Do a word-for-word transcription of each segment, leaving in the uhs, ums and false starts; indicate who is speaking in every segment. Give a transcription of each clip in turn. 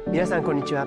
Speaker 1: 皆さんこんにちは。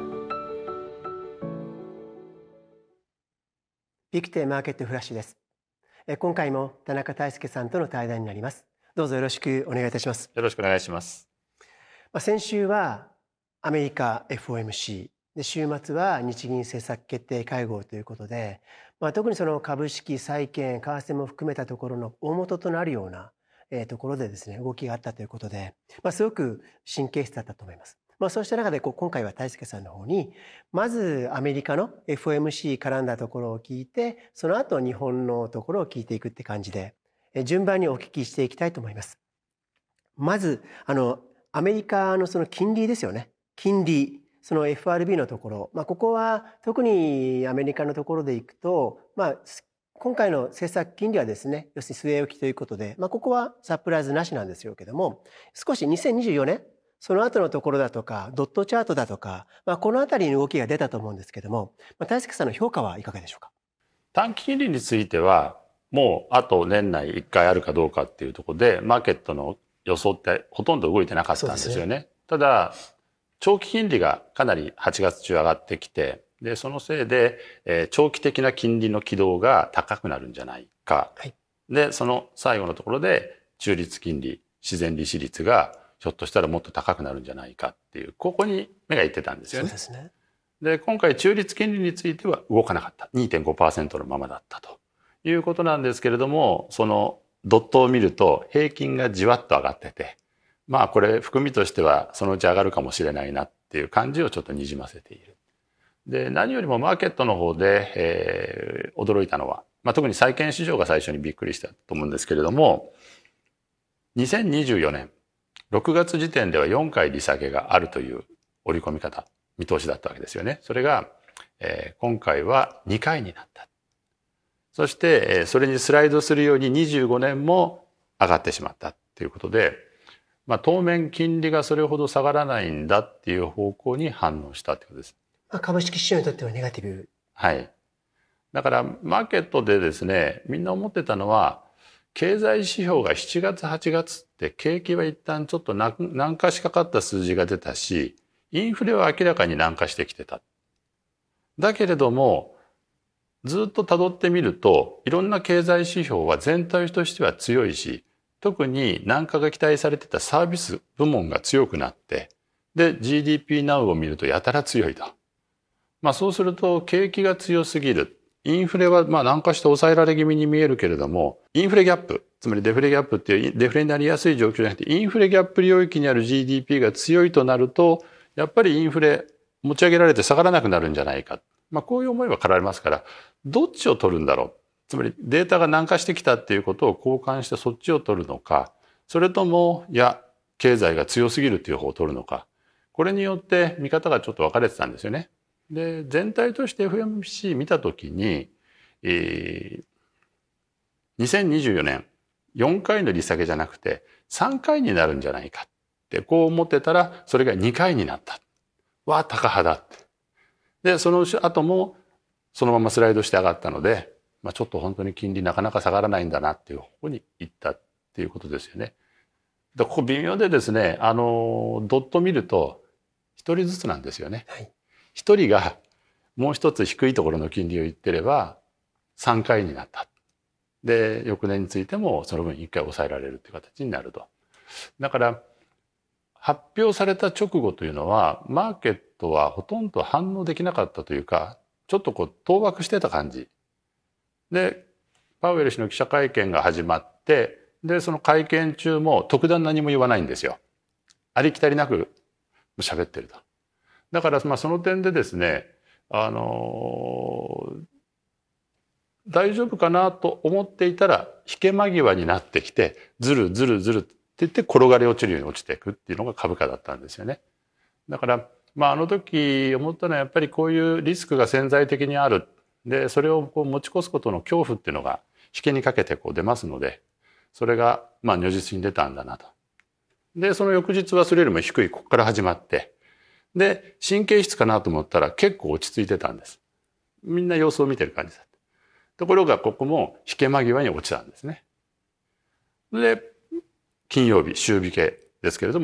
Speaker 1: ビクテマーケットフラッシュです。今回も田中泰介さんとの対談になります。どうぞよろしくお願いいたします。
Speaker 2: よろしくお願いします。
Speaker 1: 先週はアメリカ エフオーエムシー で、週末は日銀政策決定会合ということで、まあ、特にその株式、債券、為替も含めたところの大元となるような、えー、ところでですね、動きがあったということで、まあ、すごく神経質だったと思います。まあ、そうした中でこう今回は泰介さんの方にまずアメリカの エフオーエムシー 絡んだところを聞いて、その後日本のところを聞いていくって感じで、え順番にお聞きしていきたいと思います。まずあのアメリカのその金利ですよね。金利、その エフアールビー のところ、まあ、ここは特にアメリカのところでいくと、まあ、今回の政策金利はですね、要するに据え置きということで、まあ、ここはサプライズなしなんですよけども、少しにせんにじゅうよねん、その後のところだとか、ドットチャートだとか、まあ、このあたりに動きが出たと思うんですけども、まあ、泰介さんの評価はいかがでしょうか。
Speaker 2: 短期金利については、もうあと年内いっかいあるかどうかっていうところで、マーケットの予想ってほとんど動いてなかったんですよね。ただ、長期金利がかなりはちがつ中上がってきて、で、そのせいで、えー、長期的な金利の軌道が高くなるんじゃないか。はい、で、その最後のところで、中立金利、自然利子率がひょっとしたらもっと高くなるんじゃないかっていう、ここに目がいってたんですよね。
Speaker 1: そうですね。
Speaker 2: で、今回中立金利については動かなかった。にてんごパーセント のままだったということなんですけれども、そのドットを見ると平均がじわっと上がってて、まあこれ含みとしてはそのうち上がるかもしれないなっていう感じをちょっとにじませている。で、何よりもマーケットの方で、えー、驚いたのは、まあ、特に債券市場が最初にびっくりしたと思うんですけれども、にせんにじゅうよねんろくがつ時点ではよんかい利下げがあるという織り込み方、見通しだったわけですよね。それが、えー、今回はにかいになった。そして、えー、それにスライドするようににじゅうごねんも上がってしまったということで、まあ、当面金利がそれほど下がらないんだっていう方向に反応したということです。
Speaker 1: まあ、株式市場にとってはネガティブ。
Speaker 2: はい。だからマーケットでですね、みんな思ってたのは、経済指標がしちがつはちがつって景気は一旦ちょっと軟化しかかった数字が出たし、インフレは明らかに軟化してきてた。だけれども、ずっと辿ってみると、いろんな経済指標は全体としては強いし、特に軟化が期待されてたサービス部門が強くなって、で、ジーディーピー ナウを見るとやたら強いと。まあそうすると景気が強すぎる。インフレはまあ軟化して抑えられ気味に見えるけれども、インフレギャップ、つまりデフレギャップっていうデフレになりやすい状況じゃなくて、インフレギャップ領域にある ジーディーピー が強いとなると、やっぱりインフレ持ち上げられて下がらなくなるんじゃないか。まあこういう思いはかられますから、どっちを取るんだろう。つまりデータが軟化してきたっていうことを交換してそっちを取るのか、それとも、いや、経済が強すぎるっていう方を取るのか。これによって見方がちょっと分かれてたんですよね。で、全体として エフオーエムシー 見たときに、えー、にせんにじゅうよねんよんかいの利下げじゃなくてさんかいになるんじゃないかってこう思ってたら、それがにかいになった。わあ、高派だって。で、その後もそのままスライドして上がったので、まあ、ちょっと本当に金利なかなか下がらないんだなっていう方向に行ったっていうことですよね。で、ここ微妙でですね、あの、ドット見ると一人ずつなんですよね。はい一人がもう一つ低いところの金利を言ってればさんかいになった。で、翌年についてもその分いっかい抑えられるという形になると。だから発表された直後というのはマーケットはほとんど反応できなかったというか、ちょっとこう倒幕してた感じ。で、パウエル氏の記者会見が始まって、で、その会見中も特段何も言わないんですよ。ありきたりなく喋ってると。だからまあその点でですね、あのー、大丈夫かなと思っていたら引け間際になってきてずるずるずるって言って転がり落ちるように落ちていくっていうのが株価だったんですよね。だからまああの時思ったのはやっぱりこういうリスクが潜在的にある。でそれをこう持ち越すことの恐怖っていうのが引けにかけてこう出ますので、それがまあ如実に出たんだなと。でその翌日はそれよりも低いここから始まって。で、神経質かなと思ったら結構落ち着いてたんです。みんな様子を見てる感じだった。ところがここも引け間際に落ちたんですね。で、金曜日、週引けですけれども、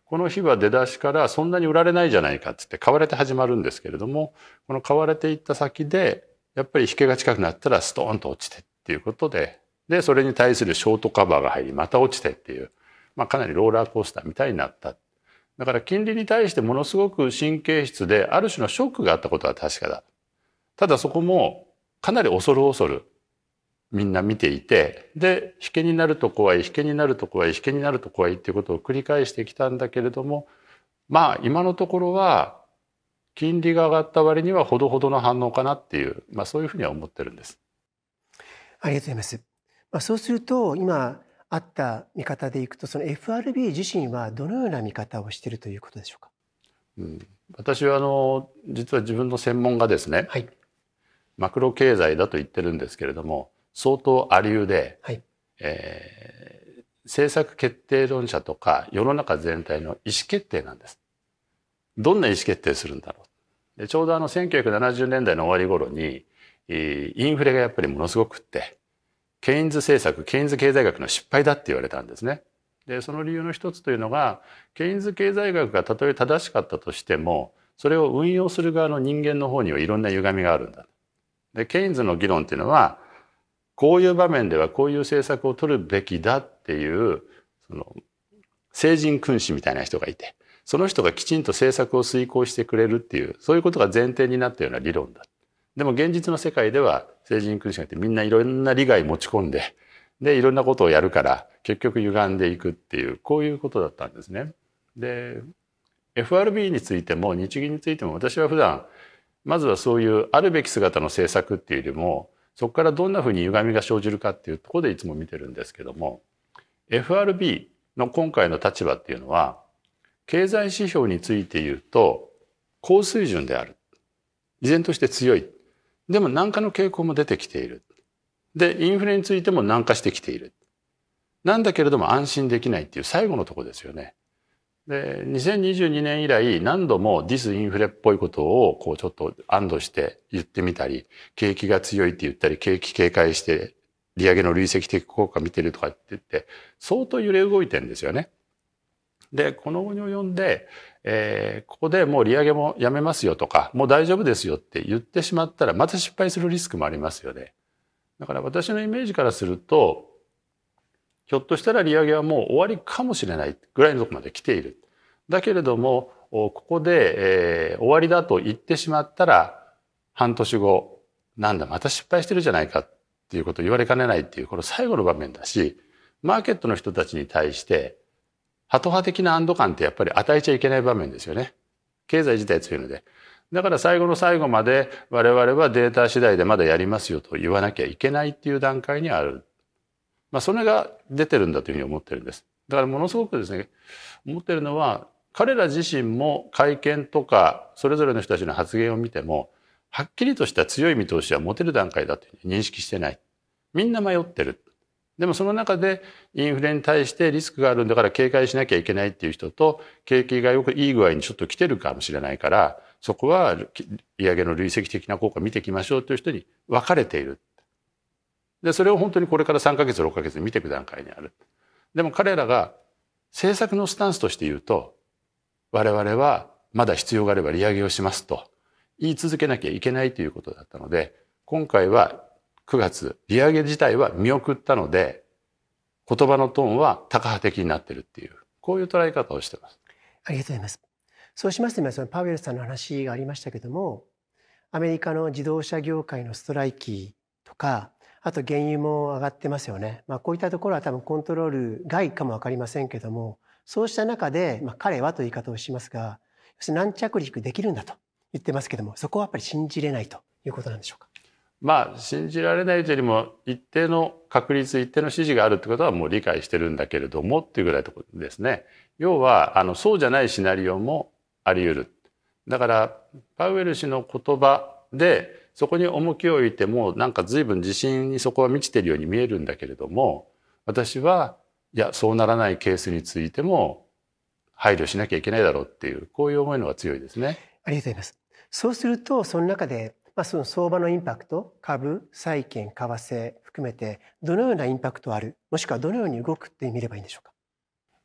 Speaker 2: この日は出だしからそんなに売られないじゃないかって言って買われて始まるんですけれども、この買われていった先でやっぱり引けが近くなったらストーンと落ちてっていうことで、でそれに対するショートカバーが入りまた落ちてっていう、まあ、かなりローラーコースターみたいになった。だから金利に対してものすごく神経質である種のショックがあったことは確かだ。ただそこもかなり恐る恐るみんな見ていて、で引けになると怖い、引けになると怖い、引けになると怖いっていうことを繰り返してきたんだけれども、まあ今のところは金利が上がった割にはほどほどの反応かなっていう、まあ、そういうふうには思ってるんです。
Speaker 1: ありがとうございます。まあ、そうすると今あった見方でいくと、その エフアールビー 自身はどのような見方をしているということでしょうか。
Speaker 2: うん、私はあの実は自分の専門がですね、
Speaker 1: はい、
Speaker 2: マクロ経済だと言ってるんですけれども、相当ありうで、はい、えー、政策決定論者とか世の中全体の意思決定なんです。どんな意思決定するんだろう。でちょうどあのせんきゅうひゃくななじゅうねんだいの終わり頃にインフレがやっぱりものすごくってケインズ政策、ケインズ経済学の失敗だって言われたんですね。でその理由の一つというのが、ケインズ経済学がたとえ正しかったとしてもそれを運用する側の人間の方にはいろんな歪みがあるんだ。でケインズの議論っていうのは、こういう場面ではこういう政策を取るべきだっていうその聖人君子みたいな人がいて、その人がきちんと政策を遂行してくれるっていう、そういうことが前提になったような理論だ。でも現実の世界では聖人君子がいてみんないろんな利害持ち込んで、でいろんなことをやるから結局歪んでいくっていう、こういうことだったんですね。で エフアールビー についても日銀についても、私は普段まずはそういうあるべき姿の政策っていうよりも、そこからどんなふうに歪みが生じるかっていうところでいつも見てるんですけども、 エフアールビー の今回の立場っていうのは、経済指標について言うと高水準である、依然として強い、でも軟化の傾向も出てきている、でインフレについても軟化してきている、なんだけれども安心できないっていう最後のところですよね。でにせんにじゅうにねん以来何度もディスインフレっぽいことをこうちょっと安堵して言ってみたり、景気が強いって言ったり、景気警戒して利上げの累積的効果見てるとかって言って相当揺れ動いてるんですよね。でこの後に及んで、えー、ここでもう利上げもやめますよとかもう大丈夫ですよって言ってしまったらまた失敗するリスクもありますよね。だから私のイメージからすると、ひょっとしたら利上げはもう終わりかもしれないぐらいのところまで来ている。だけれどもここで、えー、終わりだと言ってしまったら半年後、なんだまた失敗してるじゃないかっていうことを言われかねないっていう、この最後の場面だし、マーケットの人たちに対してハト派的な安堵感ってやっぱり与えちゃいけない場面ですよね。経済自体強いので。だから最後の最後まで我々はデータ次第でまだやりますよと言わなきゃいけないっていう段階にある。まあそれが出てるんだというふうに思ってるんです。だからものすごくですね、思ってるのは、彼ら自身も会見とかそれぞれの人たちの発言を見ても、はっきりとした強い見通しは持てる段階だというふうに認識してない。みんな迷ってる。でもその中でインフレに対してリスクがあるんだから警戒しなきゃいけないっていう人と、景気がよくいい具合にちょっと来てるかもしれないから、そこは利上げの累積的な効果を見ていきましょうという人に分かれている。でそれを本当にこれからさんかげつろっかげつ見ていく段階にある。でも彼らが政策のスタンスとして言うと、我々はまだ必要があれば利上げをしますと言い続けなきゃいけないということだったので、今回はくがつ利上げ自体は見送ったので、言葉のトーンはタカ派的になってるっていう、こういう捉え方をしています。
Speaker 1: ありがとうございます。そうしますと今そのパウエルさんの話がありましたけども、アメリカの自動車業界のストライキとか、あと原油も上がってますよね。まあ、こういったところは多分コントロール外かも分かりませんけども、そうした中で、まあ、彼はという言い方をしますが、要するに軟着陸できるんだと言ってますけども、そこはやっぱり信じれないということなんでしょうか。
Speaker 2: まあ信じられないというよりも、一定の確率、一定の支持があるってことはもう理解してるんだけれどもっていうぐらいのところですね。要はあのそうじゃないシナリオもあり得る。だからパウエル氏の言葉でそこに重きを置いてもなんか随分自信にそこは満ちているように見えるんだけれども、私はいやそうならないケースについても配慮しなきゃいけないだろうっていう、こういう思いのが強いですね。
Speaker 1: ありがとうございます。そうするとその中で、まあ、その相場のインパクト、株、債券、為替含めてどのようなインパクトある、もしくはどのように動くって見ればいいんでしょうか。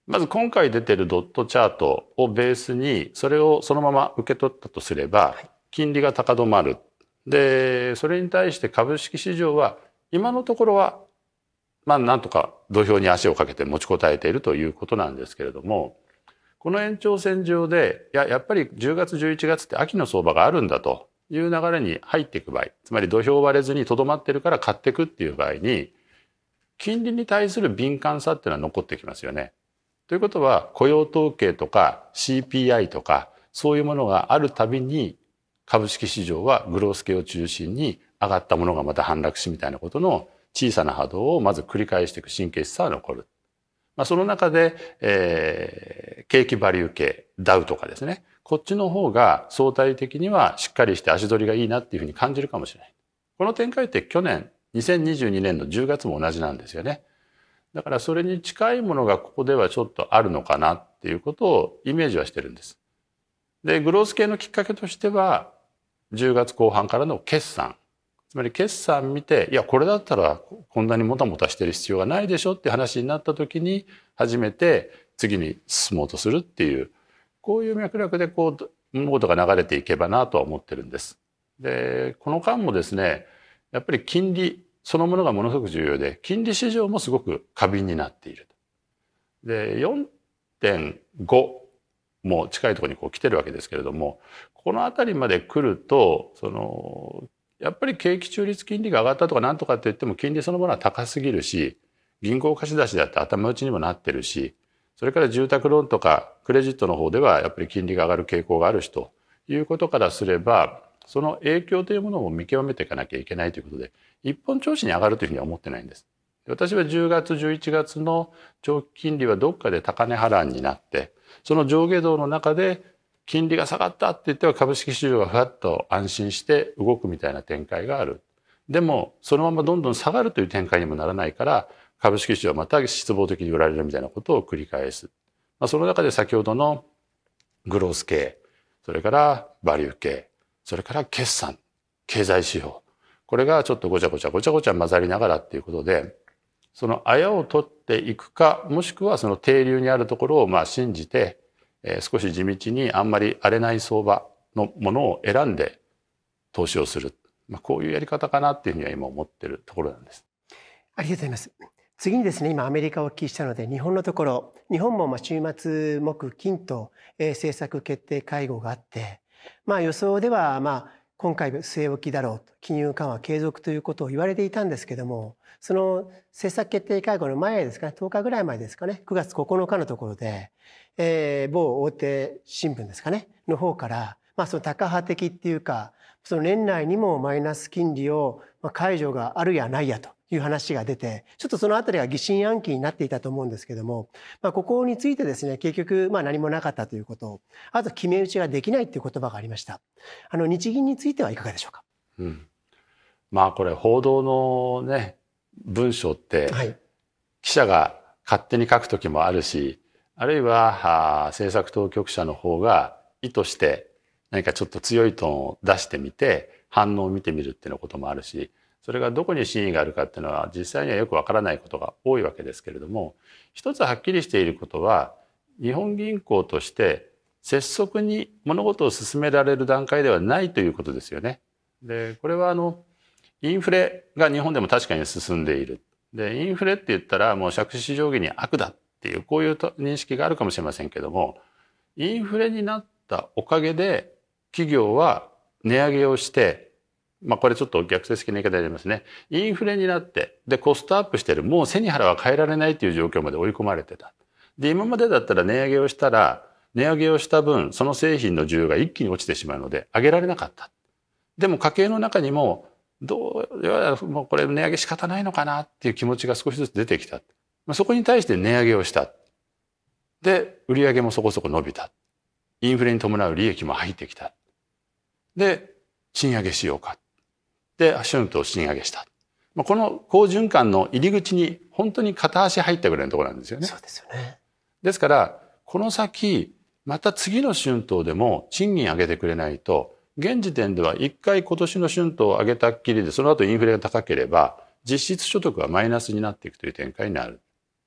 Speaker 2: まず今回出てるドットチャートをベースに、それをそのまま受け取ったとすれば、金利が高止まる。で、それに対して株式市場は、今のところは、まあなんとか土俵に足をかけて持ちこたえているということなんですけれども、この延長線上で、いや、やっぱりじゅうがつ、じゅういちがつって秋の相場があるんだという流れに入っていく場合、つまり土俵を割れずにとどまってるから買っていくっていう場合に、金利に対する敏感さっていうのは残ってきますよね。ということは、雇用統計とか シーピーアイ とか、そういうものがあるたびに、株式市場はグロース系を中心に上がったものがまた反落しみたいなことの小さな波動をまず繰り返していく神経質さは残る。まあ、その中で、えー、景気バリュー系、ダウとかですね。こっちの方が相対的にはしっかりして足取りがいいなっていうふうに感じるかもしれない。この展開って去年、にせんにじゅうにねんのじゅうがつも同じなんですよね。だからそれに近いものがここではちょっとあるのかなっていうことをイメージはしてるんです。で、グロース系のきっかけとしては、じゅうがつこう半からの決算。つまり決算見て、いや、これだったらこんなにもたもたしてる必要がないでしょって話になった時に、初めて次に進もうとするっていう、こういう脈絡でこう、物事が流れていけばなとは思ってるんです。で、この間もですね、やっぱり金利そのものがものすごく重要で、金利市場もすごく過敏になっている。で、よんてんご も近いところにこう来てるわけですけれども、この辺りまで来ると、その、やっぱり景気中立金利が上がったとかなんとかって言っても金利そのものは高すぎるし、銀行貸し出しだって頭打ちにもなってるし、それから住宅ローンとかクレジットの方ではやっぱり金利が上がる傾向があるしということからすれば、その影響というものも見極めていかなきゃいけないということで、一本調子に上がるというふうには思ってないんです。私はじゅうがつ、じゅういちがつの長期金利はどっかで高値波乱になって、その上下動の中で金利が下がったって言っては株式市場がふわっと安心して動くみたいな展開がある。でも、そのままどんどん下がるという展開にもならないから、株式市場はまた失望的に売られるみたいなことを繰り返す。まあ、その中で先ほどのグロース系、それからバリュー系、それから決算、経済指標。これがちょっとごちゃごちゃごちゃごちゃ混ざりながらっていうことで、そのあやを取っていくか、もしくはその底流にあるところをまあ信じて、えー、少し地道にあんまり荒れない相場のものを選んで投資をする。まあ、こういうやり方かなっていうふうには今思ってるところなんです。
Speaker 1: ありがとうございます。次にですね、今アメリカをお聞きしたので、日本のところ、日本もまあ週末木金と、えー、政策決定会合があって、まあ予想ではまあ今回据え置きだろうと、金融緩和継続ということを言われていたんですけども、その政策決定会合の前ですかね、とおかぐらい前ですかね、くがつここのかのところで、えー、某大手新聞ですかね、の方から、まあそのタカ派的っていうか、その年内にもマイナス金利を解除があるやないやという話が出て、ちょっとそのあたりが疑心暗鬼になっていたと思うんですけども、まあ、ここについてですね、結局まあ何もなかったということ、あと決め打ちができないという言葉がありました。あの日銀についてはいかがでしょうか。
Speaker 2: うん、まあこれ報道のね文章って、はい、記者が勝手に書く時もあるし、あるいは政策当局者の方が意図して何かちょっと強いトーンを出してみて反応を見てみるっていうこともあるし、それがどこに真意があるかっていうのは実際にはよくわからないことが多いわけですけれども、一つはっきりしていることは、日本銀行として拙速に物事を進められる段階ではないということですよね。で、これはあのインフレが日本でも確かに進んでいる。で、インフレって言ったらもう借子定規に悪だっていうこういう認識があるかもしれませんけども、インフレになったおかげで企業は値上げをして、まあこれちょっと逆説的な言い方になりますね。インフレになって、でコストアップしてる、もう背に腹は変えられないという状況まで追い込まれてた。で、今までだったら値上げをしたら、値上げをした分、その製品の需要が一気に落ちてしまうので、上げられなかった。でも家計の中にも、どう、いやもうこれ値上げ仕方ないのかなっていう気持ちが少しずつ出てきた。まあ、そこに対して値上げをした。で、売上もそこそこ伸びた。インフレに伴う利益も入ってきた。で、賃上げしようか。で、シュンと賃上げした。まあ、この好循環の入り口に本当に片足入ったぐらいのところなんですよね。
Speaker 1: そうですよね。
Speaker 2: ですから、この先、また次の春闘でも賃金上げてくれないと、現時点では一回今年の春闘を上げたっきりで、その後インフレが高ければ、実質所得はマイナスになっていくという展開になる。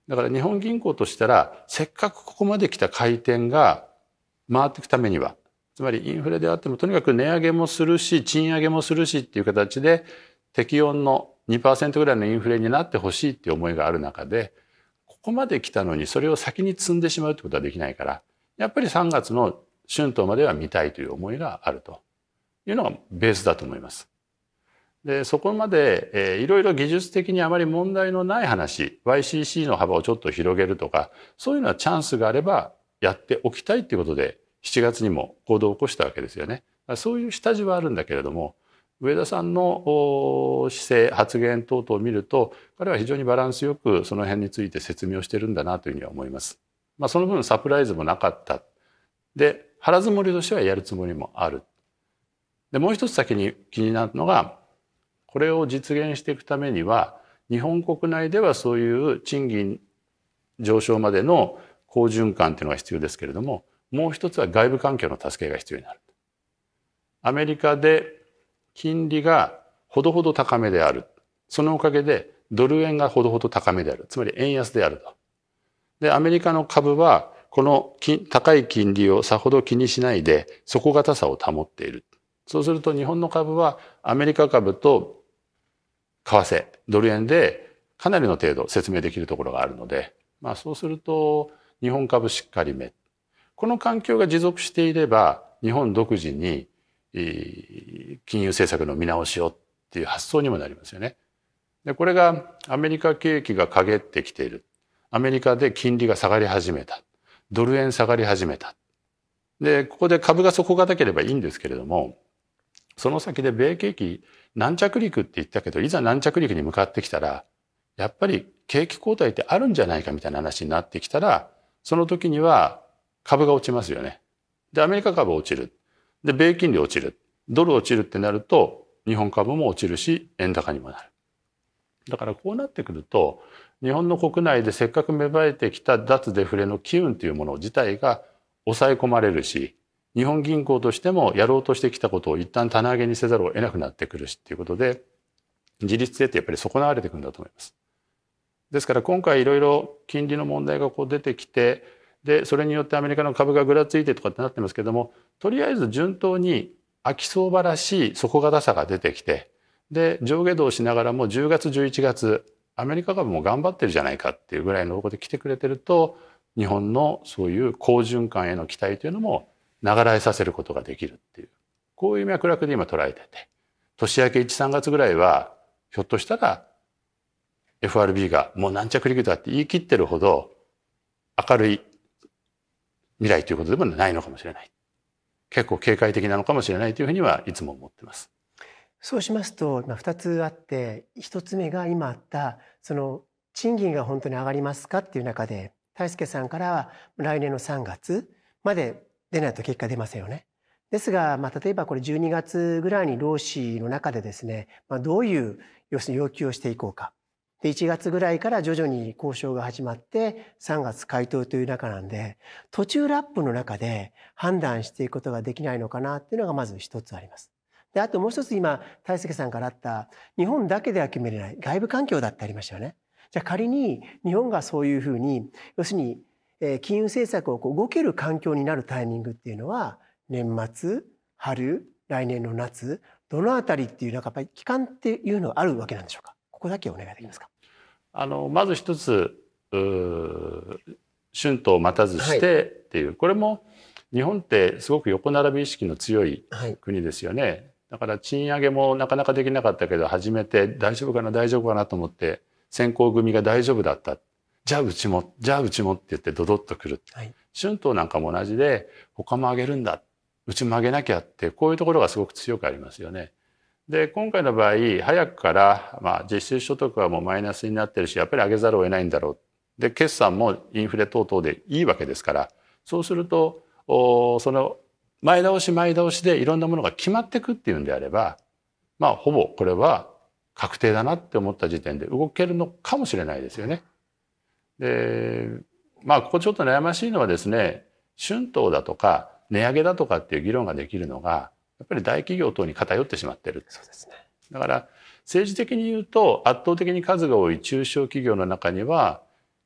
Speaker 2: だから日本銀行としたら、せっかくここまで来た回転が回っていくためには、つまりインフレであってもとにかく値上げもするし、賃上げもするしっていう形で、適温の にパーセント ぐらいのインフレになってほしいっていう思いがある中で、ここまで来たのにそれを先に積んでしまうってことはできないから、やっぱりさんがつの春闘までは見たいという思いがあるというのがベースだと思います。で、そこまで、えー、いろいろ技術的にあまり問題のない話、ワイシーシー の幅をちょっと広げるとか、そういうのはチャンスがあればやっておきたいっていうことで、しちがつにも行動を起こしたわけですよね。そういう下地はあるんだけれども、上田さんの姿勢、発言等々を見ると、彼は非常にバランスよくその辺について説明をしてるんだなというふうには思います。まあ、その分サプライズもなかった。で、腹積もりとしてはやるつもりもある。で、もう一つ先に気になるのが、これを実現していくためには、日本国内ではそういう賃金上昇までの好循環っていうのが必要ですけれども、もう一つは外部環境の助けが必要になる。アメリカで金利がほどほど高めである。そのおかげでドル円がほどほど高めである。つまり円安であると。で、アメリカの株はこの高い金利をさほど気にしないで底堅さを保っている。そうすると日本の株はアメリカ株と為替、ドル円でかなりの程度説明できるところがあるので、まあそうすると日本株しっかりめ。この環境が持続していれば、日本独自に金融政策の見直しをっていう発想にもなりますよね。で、これがアメリカ景気が陰ってきている。アメリカで金利が下がり始めた。ドル円下がり始めた。で、ここで株が底堅ければいいんですけれども、その先で米景気軟着陸って言ったけど、いざ軟着陸に向かってきたら、やっぱり景気後退ってあるんじゃないかみたいな話になってきたら、その時には株が落ちますよね。で、アメリカ株落ちる。で、米金利落ちる。ドル落ちるってなると、日本株も落ちるし、円高にもなる。だからこうなってくると、日本の国内でせっかく芽生えてきた脱デフレの機運というもの自体が抑え込まれるし、日本銀行としてもやろうとしてきたことを一旦棚上げにせざるを得なくなってくるしっていうことで、自立性ってやっぱり損なわれてくるんだと思います。ですから今回いろいろ金利の問題がこう出てきて、で、それによってアメリカの株がぐらついてとかってなってますけども、とりあえず順当に秋相場らしい底堅さが出てきて、で、上下動しながらもじゅうがつ、じゅういちがつ、アメリカ株も頑張ってるじゃないかっていうぐらいのところで来てくれてると、日本のそういう好循環への期待というのも流らえさせることができるっていう、こういう脈絡で今捉えてて、年明けいち、さんがつぐらいは、ひょっとしたら エフアールビー がもう軟着陸だって言い切ってるほど明るい未来ということでもないのかもしれない。結構警戒的なのかもしれないというふうにはいつも思ってます。
Speaker 1: そうしますと、まあ、ふたつあって、ひとつめが今あったその賃金が本当に上がりますかっていう中で、大輔さんからは来年のさんがつまで出ないと結果出ませんよね。ですが、まあ、例えばこれじゅうにがつぐらいに労使の中でですね、まあ、どういう要するに要求をしていこうか。で、いちがつぐらいから徐々に交渉が始まってさんがつ回答という中なんで、途中ラップの中で判断していくことができないのかなっていうのがまず一つあります。で、あともう一つ今、大輔さんからあった日本だけでは決めれない外部環境だってありましたよね。じゃあ仮に日本がそういうふうに、要するに金融政策をこう動ける環境になるタイミングっていうのは、年末、春、来年の夏、どのあたりっていうなんかやっぱり期間っていうのがあるわけなんでしょうか。ここだけお願いできますか。
Speaker 2: あのまず一つ、春闘を待たずしてっていう、はい、これも日本ってすごく横並び意識の強い国ですよね。はい、だから賃上げもなかなかできなかったけど、始めて大丈夫かな大丈夫かなと思って先行組が大丈夫だった。じゃあうちもじゃあうちもって言ってドドッとくる。はい、春闘なんかも同じで、他も上げるんだ、うちも上げなきゃって、こういうところがすごく強くありますよね。で、今回の場合、早くから、まあ、実質所得はもうマイナスになってるし、やっぱり上げざるを得ないんだろう。で、決算もインフレ等々でいいわけですから、そうすると、その前倒し前倒しでいろんなものが決まってくっていうんであれば、まあ、ほぼこれは確定だなって思った時点で動けるのかもしれないですよね。で、まあ、ここちょっと悩ましいのはですね、春闘だとか値上げだとかっていう議論ができるのが、やっぱり大企業等に偏ってしまってる。
Speaker 1: そうですね。
Speaker 2: だから政治的に言うと圧倒的に数が多い中小企業の中には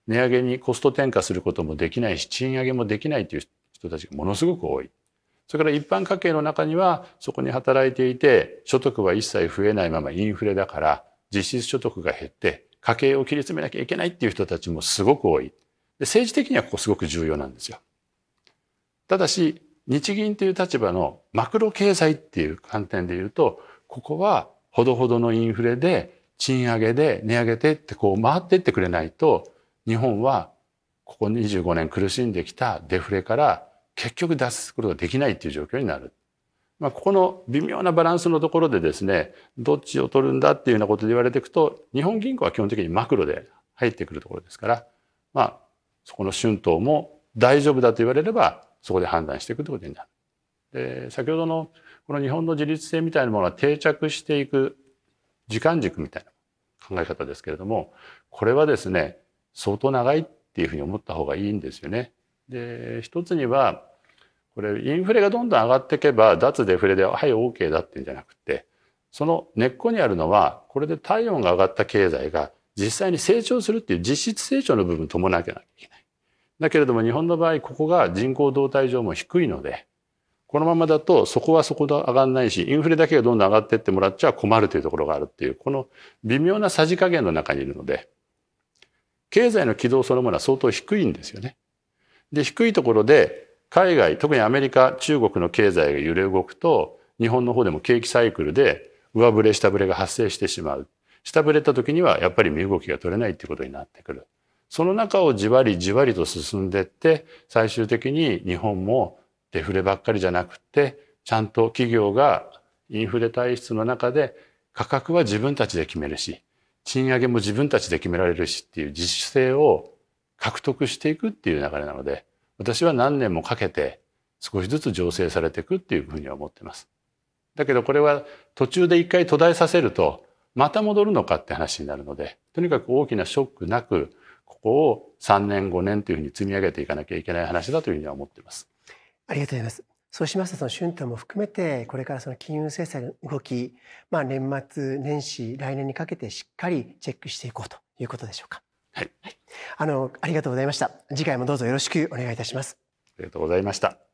Speaker 2: 値上げにコスト転嫁することもできないし、賃上げもできないという人たちがものすごく多い。それから一般家計の中には、そこに働いていて、所得は一切増えないままインフレだから、実質所得が減って、家計を切り詰めなきゃいけないっていう人たちもすごく多い。で、政治的にはここすごく重要なんですよ。ただし、日銀という立場のマクロ経済っていう観点で言うと、ここはほどほどのインフレで、賃上げで値上げでってこう回っていってくれないと、日本はここにじゅうごねん苦しんできたデフレから結局脱出することができないっていう状況になる。まあ、ここの微妙なバランスのところでですね、どっちを取るんだっていうようなことで言われていくと、日本銀行は基本的にマクロで入ってくるところですから、まあ、そこの春闘も大丈夫だと言われれば、そこで判断していくということになる。で、先ほどのこの日本の自立性みたいなものが定着していく時間軸みたいな考え方ですけれども、これはですね、相当長いっていうふうに思った方がいいんですよね。で、一つには、これインフレがどんどん上がっていけば脱デフレではい OK だっていうんじゃなくて、その根っこにあるのは、これで体温が上がった経済が実際に成長するっていう実質成長の部分を伴わなきゃいけない。だけれども日本の場合、ここが人口動態上も低いので、このままだとそこはそこで上がらないし、インフレだけがどんどん上がっていってもらっちゃ困るというところがあるっていう、この微妙なさじ加減の中にいるので、経済の軌道そのものは相当低いんですよね。で、低いところで海外、特にアメリカ、中国の経済が揺れ動くと、日本の方でも景気サイクルで上振れ下振れが発生してしまう。下振れた時にはやっぱり身動きが取れないっていうことになってくる。その中をじわりじわりと進んでいって、最終的に日本もデフレばっかりじゃなくて、ちゃんと企業がインフレ体質の中で価格は自分たちで決めるし、賃上げも自分たちで決められるしっていう自主性を獲得していくっていう流れなので、私は何年もかけて少しずつ醸成されていくっていうふうには思っています。だけどこれは途中で一回途絶えさせるとまた戻るのかって話になるので、とにかく大きなショックなくここをさんねんごねんというふうに積み上げていかなきゃいけない話だというふうには思っています。
Speaker 1: ありがとうございます。そうしますとその春闘も含めてこれからその金融政策の動き、まあ、年末年始来年にかけてしっかりチェックしていこうということでしょうか。
Speaker 2: はい、
Speaker 1: あのありがとうございました。次回もどうぞよろしくお願いいたします。
Speaker 2: ありがとうございました。